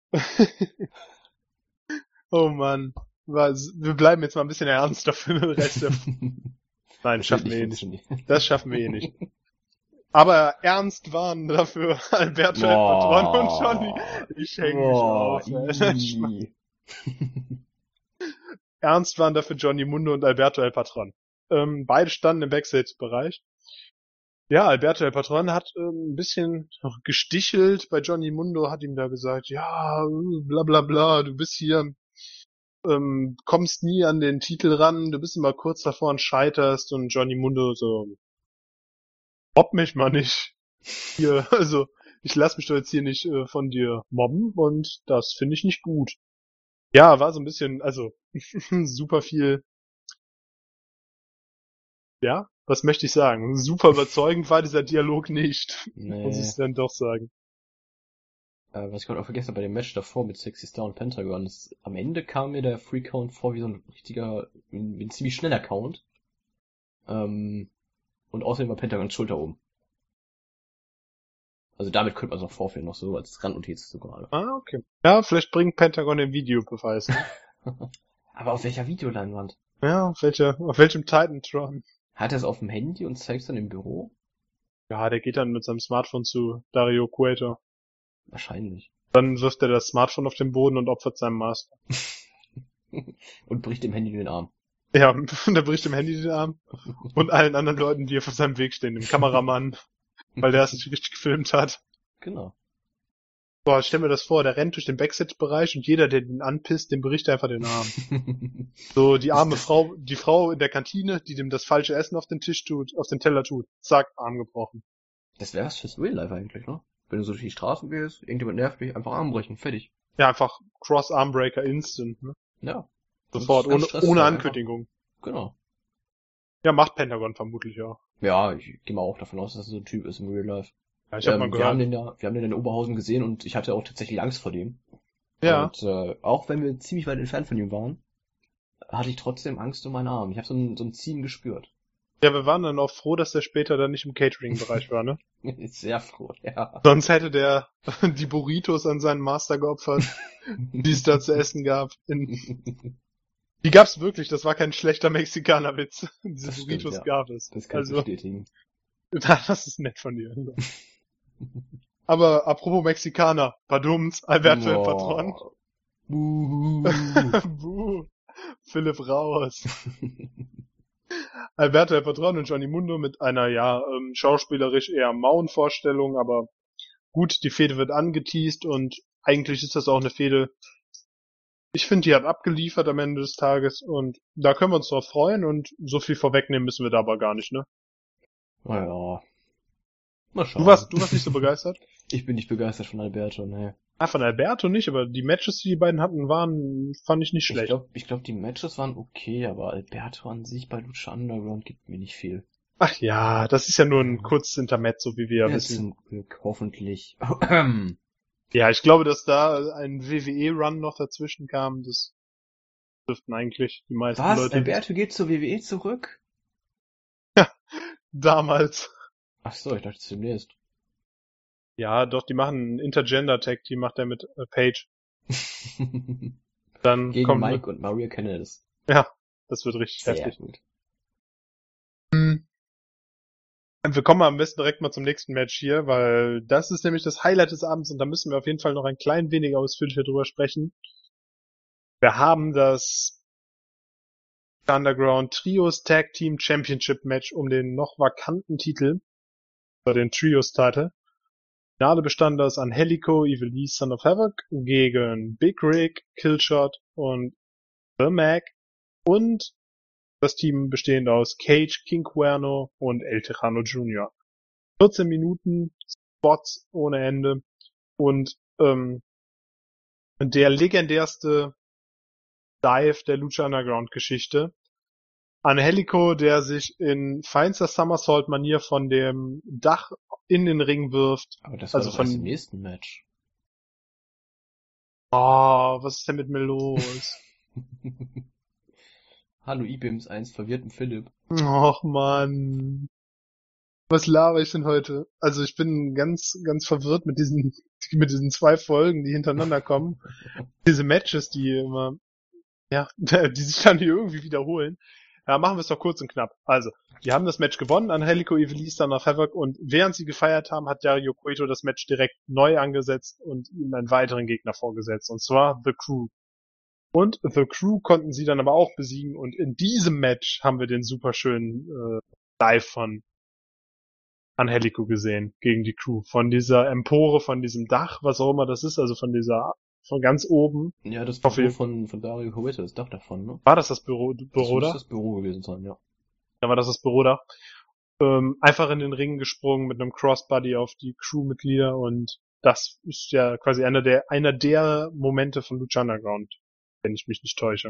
oh Mann, wir bleiben jetzt mal ein bisschen ernster für den Rest der Nein, schaffen wir eh nicht. Das schaffen wir eh nicht. Aber ernst waren dafür Alberto El Patron und Johnny. Ich häng mich auf. Ernst waren dafür Johnny Mundo und Alberto El Patron. Beide standen im Backstage-Bereich. Ja, Alberto El Patron hat ein bisschen gestichelt bei Johnny Mundo, hat ihm da gesagt, ja, bla bla bla, du bist hier, kommst nie an den Titel ran, du bist immer kurz davor und scheiterst, und Johnny Mundo so, mobb mich mal nicht. Hier, also, ich lass mich doch jetzt hier nicht von dir mobben, und das finde ich nicht gut. Ja, war so ein bisschen, also, super viel, ja, was möchte ich sagen? Super überzeugend war dieser Dialog nicht, muss ich dann doch sagen. Was ich gerade auch vergessen habe bei dem Match davor mit Sexy Star und Pentagon, am Ende kam mir der Free Count vor wie so ein richtiger, wie ein ziemlich schneller Count. Und außerdem war Pentagons Schulter oben. Also damit könnte man es noch vorführen, noch so als Randnotiz sogar. Ah, okay. Ja, vielleicht bringt Pentagon den Videobeweis. Ne? Aber auf welcher Videoleinwand? Ja, auf welchem Titantron? Hat er es auf dem Handy und zeigt es dann im Büro? Ja, der geht dann mit seinem Smartphone zu Dario Cueto. Wahrscheinlich. Dann wirft er das Smartphone auf den Boden und opfert seinem Master. Und bricht dem Handy den Arm. Ja, und er bricht dem Handy den Arm. Und allen anderen Leuten, die auf seinem Weg stehen. Dem Kameramann, weil der es nicht richtig gefilmt hat. Genau. Boah, stell mir das vor, der rennt durch den Backstage-Bereich und jeder, der den anpisst, dem bricht einfach den Arm. So, die arme Frau, die Frau in der Kantine, die dem das falsche Essen auf den Teller tut. Zack, Arm gebrochen. Das wäre was fürs Real Life eigentlich, ne? Wenn du so durch die Straßen gehst, irgendjemand nervt dich, einfach Arm brechen, fertig. Ja, einfach Cross-Armbreaker instant, ne? Ja. Sofort, ohne Ankündigung. Einfach. Genau. Ja, macht Pentagon vermutlich auch. Ja, ich gehe mal auch davon aus, dass er so ein Typ ist im Real Life. Ja, ich hab mal gehört. Wir haben den in Oberhausen gesehen und ich hatte auch tatsächlich Angst vor dem. Ja. Und auch wenn wir ziemlich weit entfernt von ihm waren, hatte ich trotzdem Angst um meinen Arm. Ich habe so ein Ziehen gespürt. Ja, wir waren dann auch froh, dass der später dann nicht im Catering-Bereich war, ne? Sehr froh, ja. Sonst hätte der die Burritos an seinen Master geopfert, die es da zu essen gab. Die gab's wirklich, das war kein schlechter Mexikanerwitz. Diese Das Burritos stimmt, ja. gab es. Das kann ich bestätigen. Das ist nett von dir. Aber apropos Mexikaner, Badums, Alberto El Patron. Buh. Philipp raus. Alberto El Patron und Johnny Mundo mit einer, schauspielerisch eher mauen Vorstellung, aber gut, die Fehde wird angeteast und eigentlich ist das auch eine Fehde. Ich finde, die hat abgeliefert am Ende des Tages und da können wir uns drauf freuen, und so viel vorwegnehmen müssen wir da aber gar nicht, ne? Naja. Mal schauen. Du warst nicht so begeistert? Ich bin nicht begeistert von Alberto, ne. Von Alberto nicht, aber die Matches, die beiden hatten, fand ich nicht schlecht. Ich glaube, die Matches waren okay, aber Alberto an sich bei Lucha Underground gibt mir nicht viel. Ach ja, das ist ja nur ein kurzes Intermezzo, wie wir ja wissen. Zum Glück, hoffentlich. Ja, ich glaube, dass da ein WWE-Run noch dazwischen kam, das dürften eigentlich die meisten Was? Leute... Alberto geht zur WWE zurück? Damals. Ach so, ich dachte demnächst. Ja, doch, die machen ein Intergender-Tag, die macht er mit Paige. Dann Gegen kommt Mike und Maria Canales. Ja, das wird richtig Sehr heftig. gut. Wir kommen am besten direkt mal zum nächsten Match hier, weil das ist nämlich das Highlight des Abends und da müssen wir auf jeden Fall noch ein klein wenig ausführlicher drüber sprechen. Wir haben das Underground Trios Tag Team Championship Match um den noch vakanten Titel. den Trios-Title. Finale bestand aus Angelico, Ivelisse, Son of Havoc gegen Big Rig, Killshot und The Mac und das Team bestehend aus Cage, King Cuerno und El Tejano Jr. 14 Minuten, Spots ohne Ende und der legendärste Dive der Lucha Underground Geschichte. Angelico, der sich in feinster Somersault-Manier von dem Dach in den Ring wirft. Aber das war Also doch erst von im nächsten Match. Oh, was ist denn mit mir los? Hallo Ibims, eins verwirrten Philipp. Och man. Was laber ich denn heute? Also ich bin ganz, ganz verwirrt mit diesen 2 Folgen, die hintereinander kommen. Diese Matches, die immer, ja, die sich dann hier irgendwie wiederholen. Ja, machen wir es doch kurz und knapp. Also, die haben das Match gewonnen, Angelico, Ivelisse, Son of Havoc, und während sie gefeiert haben, hat Dario Cueto das Match direkt neu angesetzt und ihnen einen weiteren Gegner vorgesetzt, und zwar The Crew. Und The Crew konnten sie dann aber auch besiegen, und in diesem Match haben wir den superschönen Dive von Angelico gesehen gegen die Crew. Von dieser Empore, von diesem Dach, was auch immer das ist, also von ganz oben. Ja, das Büro von Dario Cueto, das Dach davon, ne? War das Büro Das da? muss das Büro gewesen sein, ja. Ja, war das Büro da. Einfach in den Ring gesprungen mit einem Crossbody auf die Crewmitglieder, und das ist ja quasi einer der Momente von Lucha Underground, wenn ich mich nicht täusche.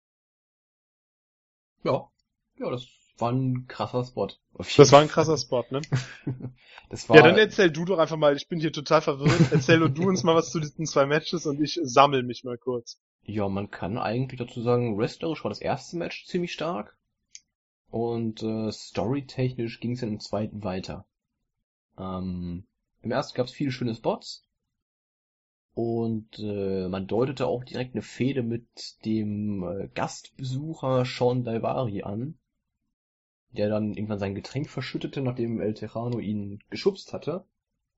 Ja. Ja, das war ein krasser Spot. Das war ein krasser Spot, ne? Das war... Ja, dann erzähl du doch einfach mal, ich bin hier total verwirrt. Erzähl du uns mal was zu diesen 2 Matches und ich sammel mich mal kurz. Ja, man kann eigentlich dazu sagen, wrestlerisch war das erste Match ziemlich stark. Und storytechnisch ging es dann im zweiten weiter. Im ersten gab es viele schöne Spots. Und man deutete auch direkt eine Fehde mit dem Gastbesucher Sean Daivari an, der dann irgendwann sein Getränk verschüttete, nachdem El Tejano ihn geschubst hatte.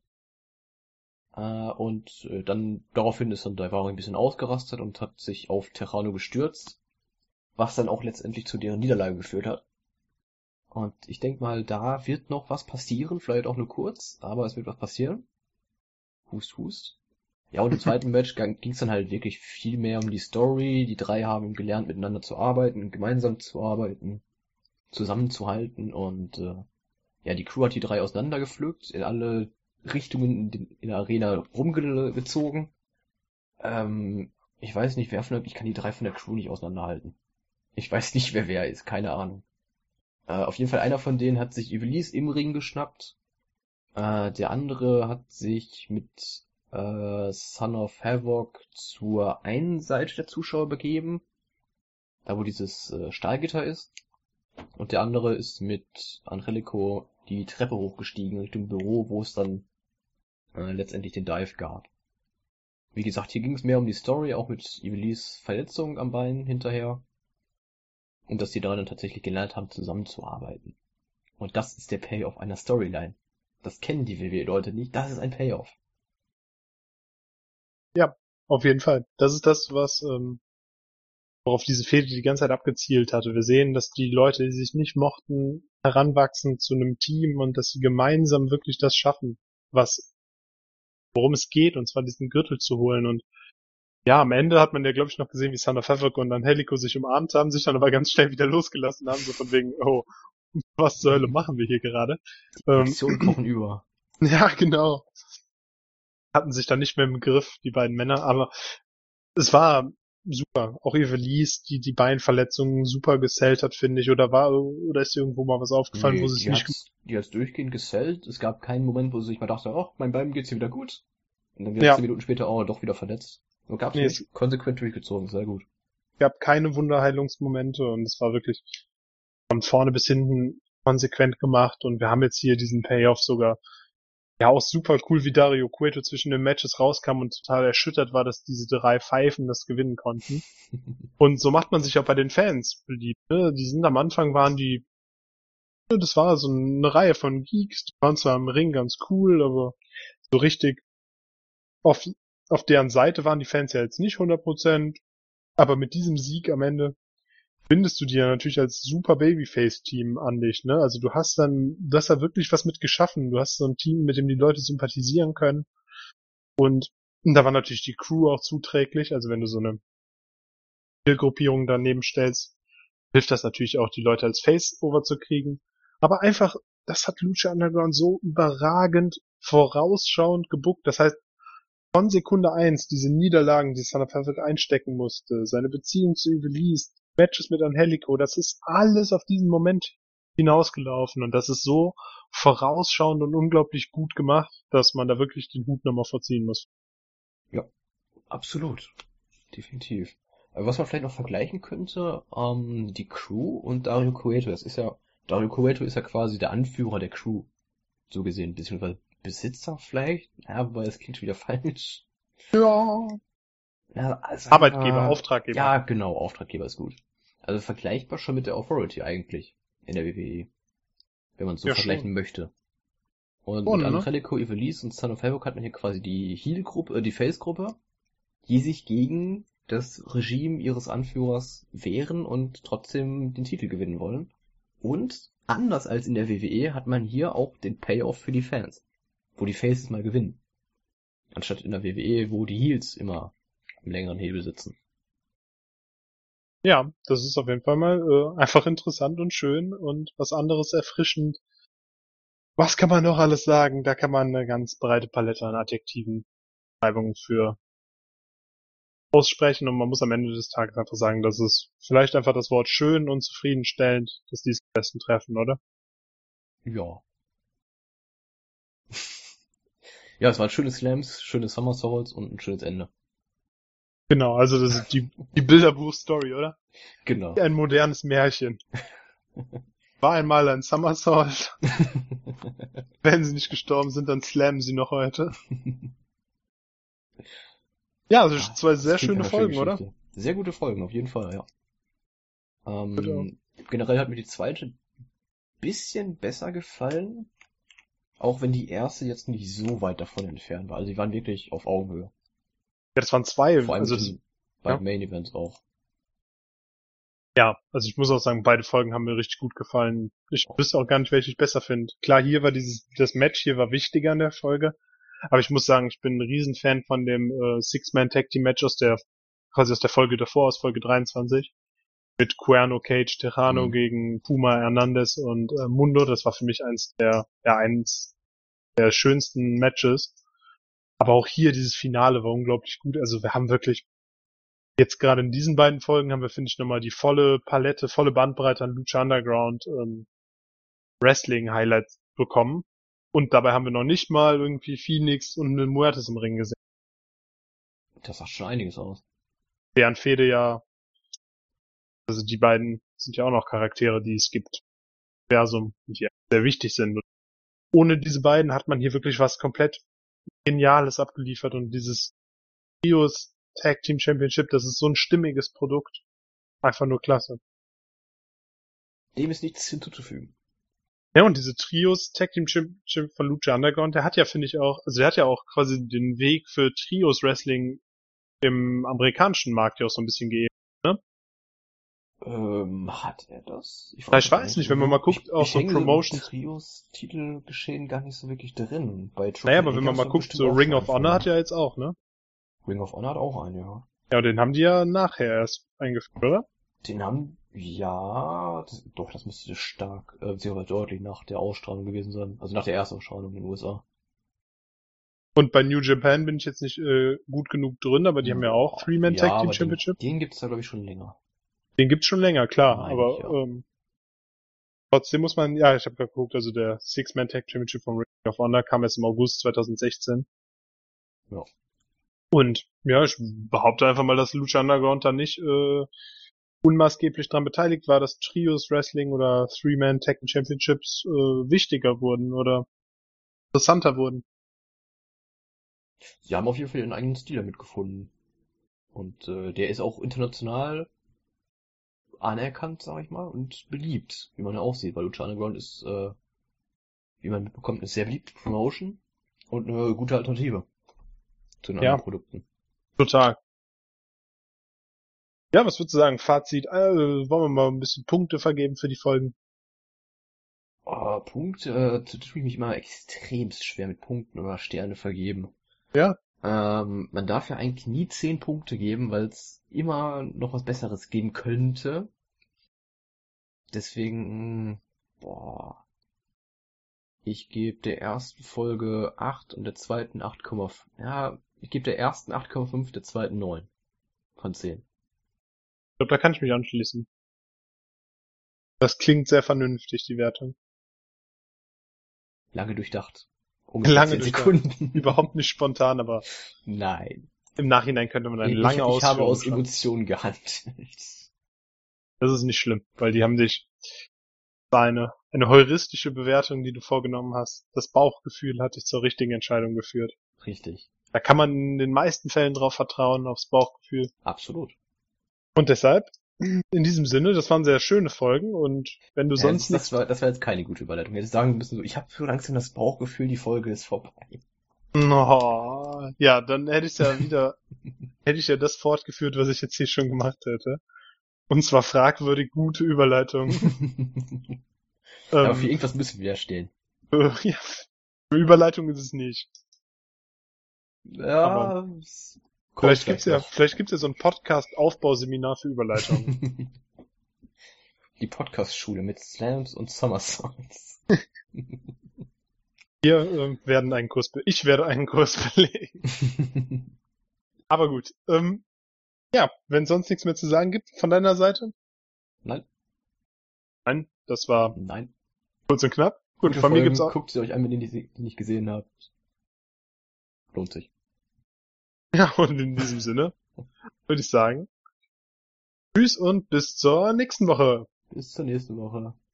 Und dann daraufhin ist dann Daivari ein bisschen ausgerastet und hat sich auf Tejano gestürzt, was dann auch letztendlich zu deren Niederlage geführt hat. Und ich denke mal, da wird noch was passieren, vielleicht auch nur kurz, aber es wird was passieren. Hust, hust. Ja, und im zweiten Match ging es dann halt wirklich viel mehr um die Story. Die 3 haben gelernt, miteinander zu arbeiten, gemeinsam zu arbeiten, zusammenzuhalten, und ja, die Crew hat die 3 auseinandergepflückt, in alle Richtungen in der Arena rumgezogen. Ich weiß nicht, ich kann die 3 von der Crew nicht auseinanderhalten. Ich weiß nicht, wer ist, keine Ahnung. Auf jeden Fall einer von denen hat sich Ivelisse im Ring geschnappt. Der andere hat sich mit Son of Havoc zur einen Seite der Zuschauer begeben, da wo dieses Stahlgitter ist. Und der andere ist mit Angelico die Treppe hochgestiegen Richtung Büro, wo es dann letztendlich den Dive gab. Wie gesagt, hier ging es mehr um die Story, auch mit Ivelisses Verletzung am Bein hinterher. Und dass die drei dann tatsächlich gelernt haben, zusammenzuarbeiten. Und das ist der Payoff einer Storyline. Das kennen die WWE-Leute nicht, das ist ein Payoff. Ja, auf jeden Fall. Das ist das, worauf diese Fehde die ganze Zeit abgezielt hatte. Wir sehen, dass die Leute, die sich nicht mochten, heranwachsen zu einem Team und dass sie gemeinsam wirklich das schaffen, worum es geht, und zwar diesen Gürtel zu holen. Und ja, am Ende hat man ja, glaube ich, noch gesehen, wie Son of Havoc und Angelico sich umarmt haben, sich dann aber ganz schnell wieder losgelassen haben, so von wegen, oh, was zur Hölle machen wir hier gerade? Emotionen kochen über. Ja, genau. Hatten sich dann nicht mehr im Griff, die beiden Männer, aber es war super. Auch Ivelisse, die Beinverletzungen super gesellt hat, finde ich, oder ist dir irgendwo mal was aufgefallen, wo sie es nicht... Die hat's durchgehend gesellt. Es gab keinen Moment, wo sie sich mal dachte, oh, mein Bein geht's hier wieder gut. Und dann wieder 10 Minuten später, oh, doch wieder verletzt. So gab's nicht. Konsequent durchgezogen, sehr gut. Es gab keine Wunderheilungsmomente und es war wirklich von vorne bis hinten konsequent gemacht, und wir haben jetzt hier diesen Payoff sogar. Ja, auch super cool, wie Dario Cueto zwischen den Matches rauskam und total erschüttert war, dass diese 3 Pfeifen das gewinnen konnten. Und so macht man sich auch bei den Fans beliebt, ne? Die sind am Anfang das war so eine Reihe von Geeks, die waren zwar im Ring ganz cool, aber so richtig auf deren Seite waren die Fans ja jetzt nicht 100%, aber mit diesem Sieg am Ende bindest du dir natürlich als super Babyface-Team an dich, ne? Also du hast da wirklich was mit geschaffen. Du hast so ein Team, mit dem die Leute sympathisieren können. Und da war natürlich die Crew auch zuträglich. Also wenn du so eine Gruppierung daneben stellst, hilft das natürlich auch, die Leute als Face-Over zu kriegen. Aber einfach, das hat Lucha Underground so überragend vorausschauend gebuckt. Das heißt, von Sekunde 1 diese Niederlagen, die Son of Havoc einstecken musste, seine Beziehung zu Ivelisse, Matches mit Angelico, das ist alles auf diesen Moment hinausgelaufen. Und das ist so vorausschauend und unglaublich gut gemacht, dass man da wirklich den Hut nochmal vorziehen muss. Ja, absolut. Definitiv. Was man vielleicht noch vergleichen könnte, die Crew und Dario Cueto. Dario Cueto ist ja quasi der Anführer der Crew. So gesehen, beziehungsweise Besitzer vielleicht. Ja, wobei das klingt wieder falsch. Ja. Ja, also Arbeitgeber, Auftraggeber. Ja, genau, Auftraggeber ist gut. Also vergleichbar schon mit der Authority eigentlich in der WWE. Wenn man es so vergleichen möchte. Und mit Angelico, Ivelisse und Son of Havoc hat man hier quasi die Heel-Gruppe, die Face-Gruppe, die sich gegen das Regime ihres Anführers wehren und trotzdem den Titel gewinnen wollen. Und anders als in der WWE hat man hier auch den Payoff für die Fans, wo die Faces mal gewinnen. Anstatt in der WWE, wo die Heels immer im längeren Hebel sitzen. Ja, das ist auf jeden Fall mal einfach interessant und schön und was anderes erfrischend. Was kann man noch alles sagen? Da kann man eine ganz breite Palette an Adjektiven, Beschreibungen für aussprechen und man muss am Ende des Tages einfach sagen, dass es vielleicht einfach das Wort schön und zufriedenstellend, dass die es am besten treffen, oder? Ja. Ja, es waren schöne Slams, schöne Somersaults und ein schönes Ende. Genau, also das ist die Bilderbuch-Story, oder? Genau. Wie ein modernes Märchen. War einmal ein Somersault. Wenn sie nicht gestorben sind, dann slammen sie noch heute. Ja, also zwei sehr schöne Folgen, oder? Sehr gute Folgen, auf jeden Fall, ja. Generell hat mir die zweite bisschen besser gefallen, auch wenn die erste jetzt nicht so weit davon entfernt war. Also die waren wirklich auf Augenhöhe. Ja, das waren zwei. Vor allem also bei Main Events auch. Ja, also ich muss auch sagen, beide Folgen haben mir richtig gut gefallen. Ich wüsste auch gar nicht, welche ich besser finde. Klar, hier war das Match hier war wichtiger in der Folge. Aber ich muss sagen, ich bin ein Riesenfan von dem Six-Man-Tag-Team-Match quasi aus der Folge davor, aus Folge 23. Mit Cuerno, Cage, Tejano gegen Puma, Hernandez und Mundo. Das war für mich eins der schönsten Matches. Aber auch hier, dieses Finale war unglaublich gut. Also wir haben wirklich, jetzt gerade in diesen beiden Folgen haben wir, finde ich, nochmal die volle Palette, volle Bandbreite an Lucha Underground Wrestling-Highlights bekommen. Und dabei haben wir noch nicht mal irgendwie Phoenix und Muertes im Ring gesehen. Das sagt schon einiges aus. Deren Fehde ja, also die beiden sind ja auch noch Charaktere, die es gibt. Universum, die sehr wichtig sind. Und ohne diese beiden hat man hier wirklich was komplett Geniales abgeliefert und dieses Trios Tag Team Championship, das ist so ein stimmiges Produkt. Einfach nur klasse. Dem ist nichts hinzuzufügen. Ja, und diese Trios Tag Team Championship von Lucha Underground, der hat ja, finde ich auch, also der hat ja auch quasi den Weg für Trios Wrestling im amerikanischen Markt ja auch so ein bisschen geebnet, ne? Hat er das? Ich weiß nicht, wenn man mal guckt, auch so Promotions. Trios Titel geschehen gar nicht so wirklich drin. Naja, aber wenn man mal guckt, so Ring of Honor hat ja jetzt auch, ne? Ring of Honor hat auch einen, ja. Ja, und den haben die ja nachher erst eingeführt, oder? Den haben, ja, das müsste stark, beziehungsweise deutlich nach der Ausstrahlung gewesen sein. Also nach der Erstausstrahlung in den USA. Und bei New Japan bin ich jetzt nicht gut genug drin, aber die haben ja auch Three-Man Tag Team Championship. Den gibt's da, glaube ich, schon länger. Den gibt's schon länger, klar, aber trotzdem muss man, ja, ich habe gerade geguckt, also der Six-Man Tag Championship von Ring of Honor kam erst im August 2016. Ja. Und ja, ich behaupte einfach mal, dass Lucha Underground da nicht unmaßgeblich dran beteiligt war, dass Trios Wrestling oder Three-Man Tag Championships wichtiger wurden oder interessanter wurden. Sie haben auf jeden Fall ihren eigenen Stil damit gefunden. Und der ist auch international anerkannt, sag ich mal, und beliebt, wie man ja auch sieht, weil Lucha Underground ist, wie man mitbekommt, eine sehr beliebte Promotion und eine gute Alternative zu den anderen Produkten. Total. Ja, was würdest du sagen? Fazit, wollen wir mal ein bisschen Punkte vergeben für die Folgen? Punkte, tue ich mich immer extremst schwer mit Punkten oder Sterne vergeben. Ja, Man darf ja eigentlich nie 10 Punkte geben, weil es immer noch was Besseres geben könnte. Deswegen, ich gebe der ersten Folge 8 und der zweiten 8,5. Ja, ich gebe der ersten 8,5, der zweiten 9 von 10. ich glaube, da kann ich mich anschließen. Das klingt sehr vernünftig, die Wertung. Lange durchdacht. Ungefähr Lange 10 durchdacht. Sekunden. Überhaupt nicht spontan, aber Nein. im Nachhinein könnte man eine Ich lange habe Ausführung aus schaffen. Emotionen gehandelt. Das ist nicht schlimm, weil die haben dich, war eine heuristische Bewertung, die du vorgenommen hast. Das Bauchgefühl hat dich zur richtigen Entscheidung geführt. Richtig. Da kann man in den meisten Fällen drauf vertrauen, aufs Bauchgefühl. Absolut. Und deshalb, in diesem Sinne, das waren sehr schöne Folgen und wenn du Ja, sonst das war jetzt keine gute Überleitung. Hätte sagen müssen, so, ich habe so langsam das Bauchgefühl, die Folge ist vorbei. Oh, ja, dann hätte ich ja das fortgeführt, was ich jetzt hier schon gemacht hätte. Und zwar fragwürdig gute Überleitung. Aber für irgendwas müssen wir ja stehen. Ja, für Überleitung ist es nicht. Ja, Vielleicht gibt's ja so ein Podcast-Aufbauseminar für Überleitung. Die Podcast-Schule mit Slams und Somersaults. Ich werde einen Kurs belegen. Aber gut. Ja, wenn sonst nichts mehr zu sagen gibt von deiner Seite? Nein. Nein, das war Nein. kurz und knapp. Gut, Gute von mir Folgen, gibt's auch. guckt sie euch an, wenn ihr die nicht gesehen habt. Lohnt sich. Ja, und in diesem Sinne würde ich sagen, tschüss und bis zur nächsten Woche. Bis zur nächsten Woche.